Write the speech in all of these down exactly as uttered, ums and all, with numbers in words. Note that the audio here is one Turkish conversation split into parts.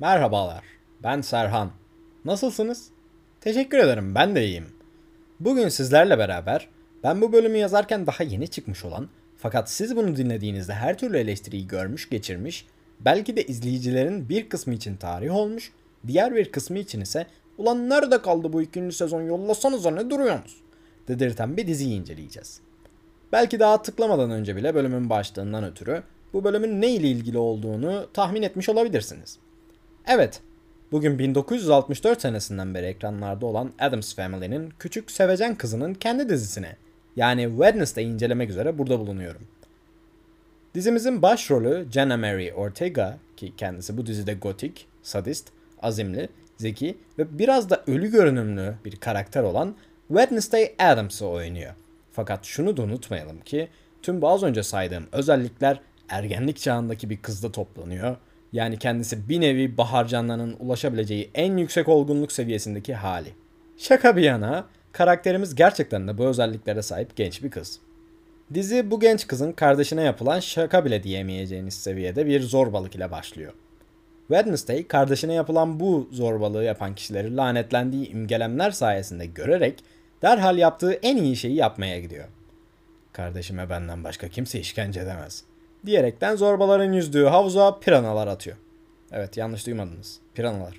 Merhabalar, ben Serhan. Nasılsınız? Teşekkür ederim, ben de iyiyim. Bugün sizlerle beraber ben bu bölümü yazarken daha yeni çıkmış olan fakat siz bunu dinlediğinizde her türlü eleştiriyi görmüş geçirmiş, belki de izleyicilerin bir kısmı için tarih olmuş, diğer bir kısmı için ise "Ulan nerede kaldı bu ikinci sezon, yollasanıza ne duruyorsunuz?" dedirten bir diziyi inceleyeceğiz. Belki daha tıklamadan önce bile bölümün başlığından ötürü bu bölümün ne ile ilgili olduğunu tahmin etmiş olabilirsiniz. Evet, bugün bin dokuz yüz altmış dört senesinden beri ekranlarda olan Addams Family'nin küçük sevecen kızının kendi dizisini, yani Wednesday'i incelemek üzere burada bulunuyorum. Dizimizin başrolü Jenna Marie Ortega, ki kendisi bu dizide gotik, sadist, azimli, zeki ve biraz da ölü görünümlü bir karakter olan Wednesday Addams'ı oynuyor. Fakat şunu da unutmayalım ki tüm bu az önce saydığım özellikler ergenlik çağındaki bir kızda toplanıyor. Yani kendisi bir nevi Bahar Canlan'ın ulaşabileceği en yüksek olgunluk seviyesindeki hali. Şaka bir yana, karakterimiz gerçekten de bu özelliklere sahip genç bir kız. Dizi bu genç kızın kardeşine yapılan şaka bile diyemeyeceğiniz seviyede bir zorbalık ile başlıyor. Wednesday kardeşine yapılan bu zorbalığı yapan kişileri lanetlendiği imgelemler sayesinde görerek derhal yaptığı en iyi şeyi yapmaya gidiyor. "Kardeşime benden başka kimse işkence edemez" diyerekten zorbaların yüzdüğü havuza piranalar atıyor. Evet, yanlış duymadınız. Piranalar.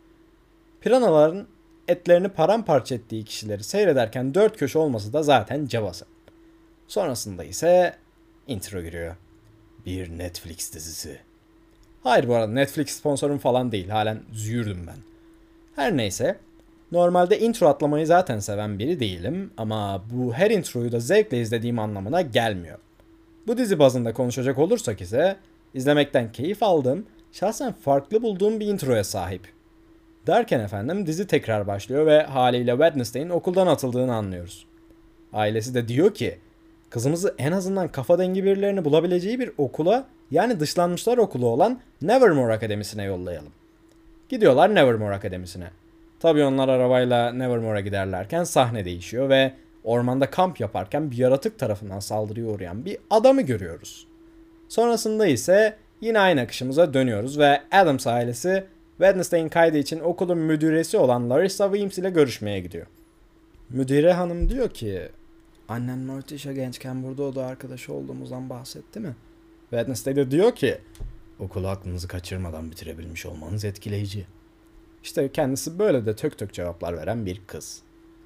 Piranaların etlerini paramparça ettiği kişileri seyrederken dört köşe olması da zaten cabası. Sonrasında ise intro giriyor. Bir Netflix dizisi. Hayır, bu arada Netflix sponsorum falan değil. Halen züğürdüm ben. Her neyse. Normalde intro atlamayı zaten seven biri değilim ama bu her introyu da zevkle izlediğim anlamına gelmiyor. Bu dizi bazında konuşacak olursak ise izlemekten keyif aldığım, şahsen farklı bulduğum bir introya sahip. Derken efendim dizi tekrar başlıyor ve haliyle Wednesday'in okuldan atıldığını anlıyoruz. Ailesi de diyor ki kızımızı en azından kafa dengi birilerini bulabileceği bir okula, yani dışlanmışlar okulu olan Nevermore Akademisi'ne yollayalım. Gidiyorlar Nevermore Akademisi'ne. Tabii onlar arabayla Nevermore'a giderlerken sahne değişiyor ve ormanda kamp yaparken bir yaratık tarafından saldırıya uğrayan bir adamı görüyoruz. Sonrasında ise yine aynı akışımıza dönüyoruz ve Addams ailesi Wednesday'in kaydı için okulun müdüresi olan Larissa Weems ile görüşmeye gidiyor. Müdüre hanım diyor ki, "Annen Morticia gençken burada oda arkadaşı olduğumuzdan bahsetti mi?" Wednesday de diyor ki, "Okulu aklınızı kaçırmadan bitirebilmiş olmanız etkileyici." İşte kendisi böyle de tök tök cevaplar veren bir kız.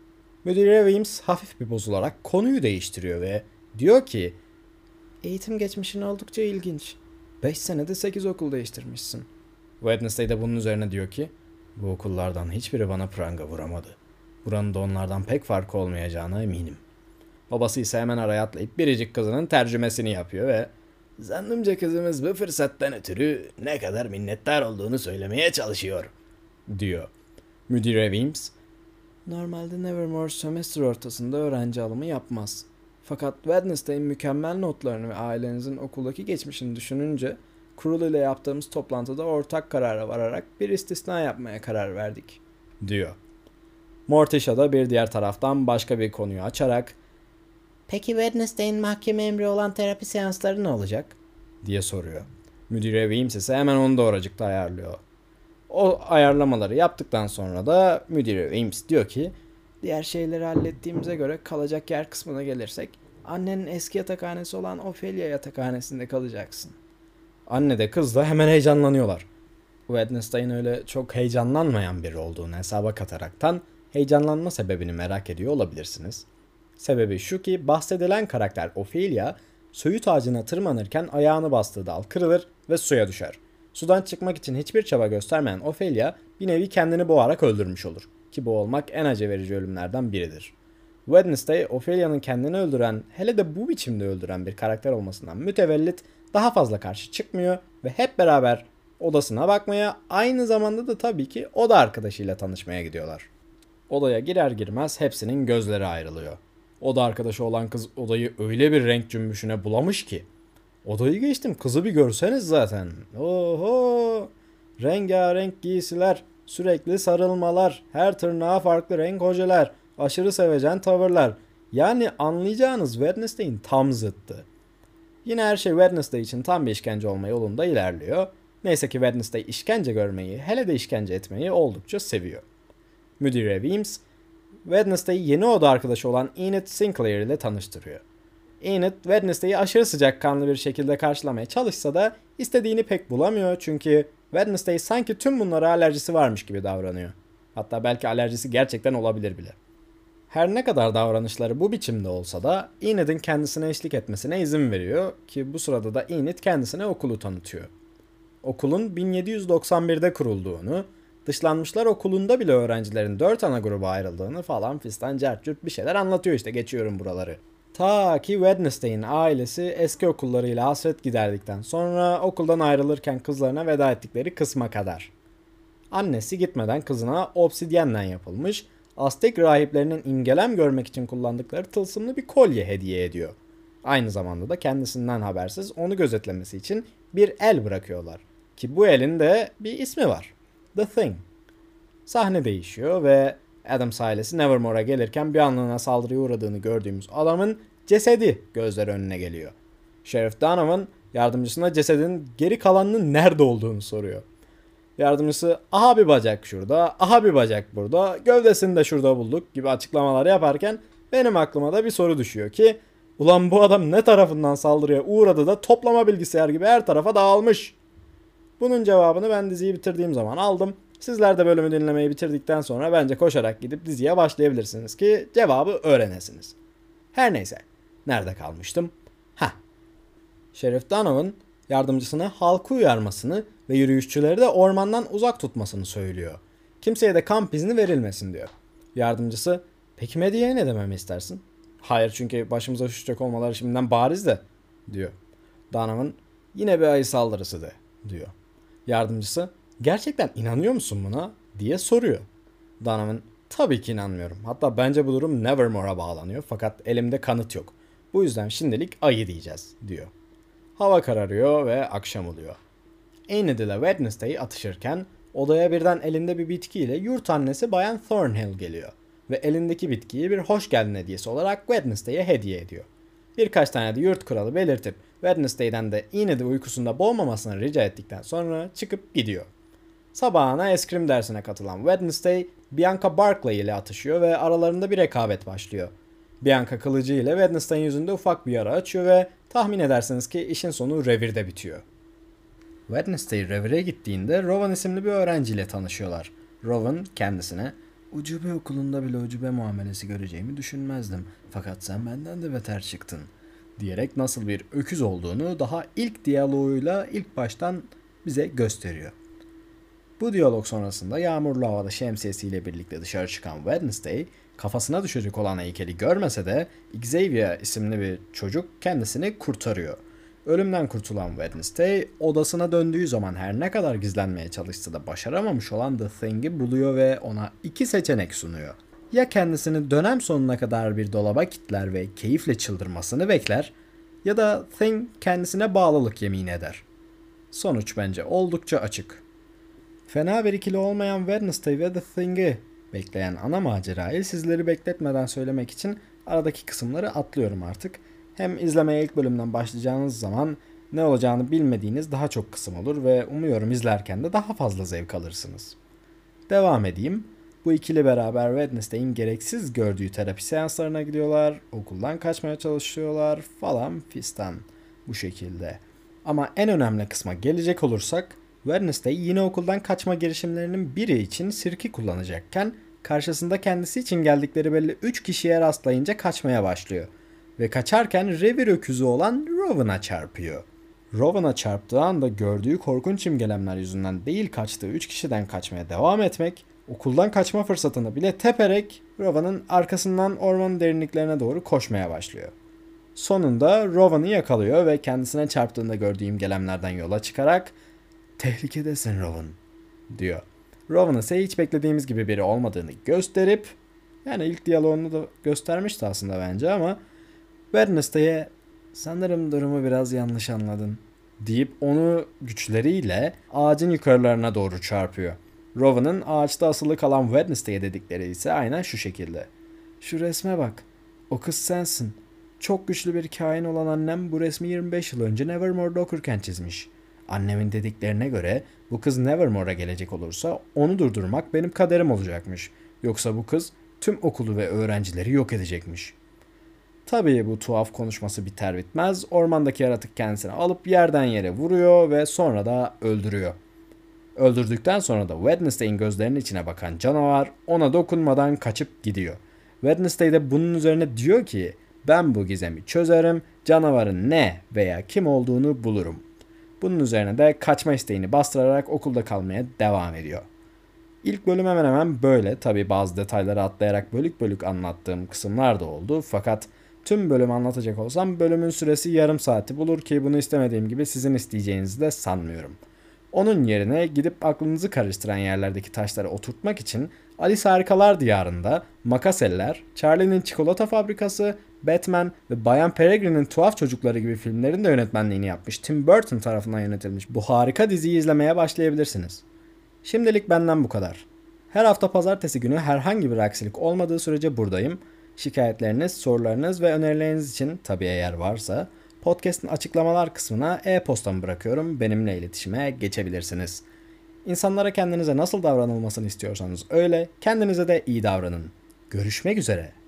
Müdüre Weems hafif bir bozularak konuyu değiştiriyor ve diyor ki, "Eğitim geçmişin oldukça ilginç. beş senede sekiz okul değiştirmişsin." Wednesday de bunun üzerine diyor ki, "Bu okullardan hiçbiri bana pranga vuramadı. Buranın da onlardan pek farkı olmayacağına eminim." Babası ise hemen araya atlayıp biricik kızının tercümesini yapıyor ve "Zannımca kızımız bu fırsattan ötürü ne kadar minnettar olduğunu söylemeye çalışıyor" diyor. Müdüre Weems, "Normalde Nevermore sömestr ortasında öğrenci alımı yapmaz. Fakat Wednesday'in mükemmel notlarını ve ailenizin okuldaki geçmişini düşününce kurul ile yaptığımız toplantıda ortak karara vararak bir istisna yapmaya karar verdik" diyor. Morticia da bir diğer taraftan başka bir konuyu açarak "Peki Wednesday'in mahkeme emri olan terapi seansları ne olacak?" diye soruyor. Müdüre Weems ise hemen onu da oracıkta ayarlıyor. O ayarlamaları yaptıktan sonra da müdüre Weems diyor ki, "Diğer şeyleri hallettiğimize göre kalacak yer kısmına gelirsek annenin eski yatakhanesi olan Ophelia yatakhanesinde kalacaksın." Anne de kız da hemen heyecanlanıyorlar. Wednesday'in öyle çok heyecanlanmayan biri olduğunu hesaba kataraktan heyecanlanma sebebini merak ediyor olabilirsiniz. Sebebi şu ki bahsedilen karakter Ophelia, söğüt ağacına tırmanırken ayağını bastığı dal kırılır ve suya düşer. Sudan çıkmak için hiçbir çaba göstermeyen Ophelia bir nevi kendini boğarak öldürmüş olur. Ki boğulmak en acı verici ölümlerden biridir. Wednesday, Ophelia'nın kendini öldüren, hele de bu biçimde öldüren bir karakter olmasından mütevellit daha fazla karşı çıkmıyor ve hep beraber odasına bakmaya, aynı zamanda da tabii ki oda arkadaşıyla tanışmaya gidiyorlar. Odaya girer girmez hepsinin gözleri ayrılıyor. Oda arkadaşı olan kız odayı öyle bir renk cümbüşüne bulamış ki. Odayı geçtim, kızı bir görseniz zaten. Oho! Rengarenk giysiler, sürekli sarılmalar, her tırnağa farklı renk ojeler, aşırı sevecen tavırlar. Yani anlayacağınız Wednesday'in tam zıttı. Yine her şey Wednesday için tam bir işkence olma yolunda ilerliyor. Neyse ki Wednesday işkence görmeyi, hele de işkence etmeyi oldukça seviyor. Müdüre Weems, Wednesday'i yeni oda arkadaşı olan Enid Sinclair ile tanıştırıyor. Enid, Wednesday'i aşırı sıcakkanlı bir şekilde karşılamaya çalışsa da istediğini pek bulamıyor çünkü Wednesday sanki tüm bunlara alerjisi varmış gibi davranıyor. Hatta belki alerjisi gerçekten olabilir bile. Her ne kadar davranışları bu biçimde olsa da Enid'in kendisine eşlik etmesine izin veriyor ki bu sırada da Enid kendisine okulu tanıtıyor. Okulun bin yedi yüz doksan birde kurulduğunu, dışlanmışlar okulunda bile öğrencilerin dört ana gruba ayrıldığını falan fistan cerçürt bir şeyler anlatıyor işte, geçiyorum buraları. Ta ki Wednesday'in ailesi eski okullarıyla hasret giderdikten sonra okuldan ayrılırken kızlarına veda ettikleri kısma kadar. Annesi gitmeden kızına obsidyenden yapılmış, Aztek rahiplerinin imgelem görmek için kullandıkları tılsımlı bir kolye hediye ediyor. Aynı zamanda da kendisinden habersiz onu gözetlemesi için bir el bırakıyorlar. Ki bu elin de bir ismi var. The Thing. Sahne değişiyor ve Addams ailesi Nevermore'a gelirken bir anlığına saldırıya uğradığını gördüğümüz adamın cesedi gözleri önüne geliyor. Sheriff Donovan yardımcısına cesedin geri kalanının nerede olduğunu soruyor. Yardımcısı aha bir bacak şurada, aha bir bacak burada, gövdesini de şurada bulduk gibi açıklamalar yaparken benim aklıma da bir soru düşüyor ki ulan bu adam ne tarafından saldırıya uğradı da toplama bilgisayar gibi her tarafa dağılmış. Bunun cevabını ben diziyi bitirdiğim zaman aldım. Sizler de bölümü dinlemeyi bitirdikten sonra bence koşarak gidip diziye başlayabilirsiniz ki cevabı öğrenesiniz. Her neyse. Nerede kalmıştım? Hah. Sheriff Donovan yardımcısına halkı uyarmasını ve yürüyüşçüleri de ormandan uzak tutmasını söylüyor. Kimseye de kamp izni verilmesin diyor. Yardımcısı, peki medyaya ne dememi istersin? Hayır, çünkü başımıza üşüşecek olmaları şimdiden bariz de, diyor. Donovan, yine bir ayı saldırısı de, diyor. Yardımcısı, gerçekten inanıyor musun buna, diye soruyor. Donovan, tabii ki inanmıyorum. Hatta bence bu durum Nevermore'a bağlanıyor fakat elimde kanıt yok. Bu yüzden şimdilik ayı diyeceğiz, diyor. Hava kararıyor ve akşam oluyor. Enid ile Wednesday atışırken odaya birden elinde bir bitkiyle yurt annesi Bayan Thornhill geliyor ve elindeki bitkiyi bir hoş geldin hediyesi olarak Wednesday'e hediye ediyor. Birkaç tane de yurt kuralı belirtip Wednesday'den de Enid'i uykusunda boğmamasını rica ettikten sonra çıkıp gidiyor. Sabahına eskrim dersine katılan Wednesday, Bianca Barclay ile atışıyor ve aralarında bir rekabet başlıyor. Bianca kılıcı ile Wednesday'in yüzünde ufak bir yara açıyor ve tahmin edersiniz ki işin sonu revirde bitiyor. Wednesday revire gittiğinde Rowan isimli bir öğrenciyle tanışıyorlar. Rowan kendisine "Ucube okulunda bile ucube muamelesi göreceğimi düşünmezdim. Fakat sen benden de beter çıktın," diyerek nasıl bir öküz olduğunu daha ilk diyaloğuyla ilk baştan bize gösteriyor. Bu diyalog sonrasında yağmurlu havada şemsiyesiyle birlikte dışarı çıkan Wednesday, kafasına düşecek olan heykeli görmese de Xavier isimli bir çocuk kendisini kurtarıyor. Ölümden kurtulan Wednesday, odasına döndüğü zaman her ne kadar gizlenmeye çalışsa da başaramamış olan The Thing'i buluyor ve ona iki seçenek sunuyor. Ya kendisini dönem sonuna kadar bir dolaba kilitler ve keyifle çıldırmasını bekler, ya da Thing kendisine bağlılık yemin eder. Sonuç bence oldukça açık. Fena bir ikili olmayan Wednesday ve The Thing'i bekleyen ana macerayı sizleri bekletmeden söylemek için aradaki kısımları atlıyorum artık. Hem izlemeye ilk bölümden başlayacağınız zaman ne olacağını bilmediğiniz daha çok kısım olur ve umuyorum izlerken de daha fazla zevk alırsınız. Devam edeyim. Bu ikili beraber Wednesday'in gereksiz gördüğü terapi seanslarına gidiyorlar, okuldan kaçmaya çalışıyorlar falan fistan bu şekilde. Ama en önemli kısma gelecek olursak, Wednesday yine okuldan kaçma girişimlerinin biri için sirki kullanacakken karşısında kendisi için geldikleri belli üç kişiye rastlayınca kaçmaya başlıyor. Ve kaçarken revir öküzü olan Rowan'a çarpıyor. Rowan'a çarptığı anda gördüğü korkunç imgelemler yüzünden değil kaçtığı üç kişiden kaçmaya devam etmek, okuldan kaçma fırsatını bile teperek Rowan'ın arkasından ormanın derinliklerine doğru koşmaya başlıyor. Sonunda Rowan'ı yakalıyor ve kendisine çarptığında gördüğü imgelemlerden yola çıkarak "Tehlikedesin Rowan," diyor. Rowan ise hiç beklediğimiz gibi biri olmadığını gösterip, yani ilk diyaloğunu da göstermişti aslında bence ama Wednesday'e "Sanırım durumu biraz yanlış anladın," deyip onu güçleriyle ağacın yukarılarına doğru çarpıyor. Rowan'ın ağaçta asılı kalan Wednesday'e dedikleri ise aynen şu şekilde: "Şu resme bak. O kız sensin. Çok güçlü bir kain olan annem bu resmi yirmi beş yıl önce Nevermore'da okurken çizmiş. Annemin dediklerine göre bu kız Nevermore'a gelecek olursa onu durdurmak benim kaderim olacakmış. Yoksa bu kız tüm okulu ve öğrencileri yok edecekmiş. Tabii bu tuhaf konuşması biter bitmez ormandaki yaratık kendisini alıp yerden yere vuruyor ve sonra da öldürüyor. Öldürdükten sonra da Wednesday'in gözlerinin içine bakan canavar ona dokunmadan kaçıp gidiyor. Wednesday de bunun üzerine diyor ki ben bu gizemi çözerim, canavarın ne veya kim olduğunu bulurum. Bunun üzerine de kaçma isteğini bastırarak okulda kalmaya devam ediyor. İlk bölüm hemen hemen böyle. Tabi bazı detayları atlayarak bölük bölük anlattığım kısımlar da oldu. Fakat tüm bölümü anlatacak olsam bölümün süresi yarım saati bulur ki bunu istemediğim gibi sizin isteyeceğinizi de sanmıyorum. Onun yerine gidip aklınızı karıştıran yerlerdeki taşları oturtmak için Alice Harikalar Diyarı'nda, Makaseller, Charlie'nin Çikolata Fabrikası, Batman ve Bayan Peregrine'in Tuhaf Çocukları gibi filmlerin de yönetmenliğini yapmış Tim Burton tarafından yönetilmiş bu harika diziyi izlemeye başlayabilirsiniz. Şimdilik benden bu kadar. Her hafta pazartesi günü herhangi bir aksilik olmadığı sürece buradayım. Şikayetleriniz, sorularınız ve önerileriniz için tabii eğer varsa podcast'ın açıklamalar kısmına e-postamı bırakıyorum. Benimle iletişime geçebilirsiniz. İnsanlara kendinize nasıl davranılmasını istiyorsanız öyle, kendinize de iyi davranın. Görüşmek üzere.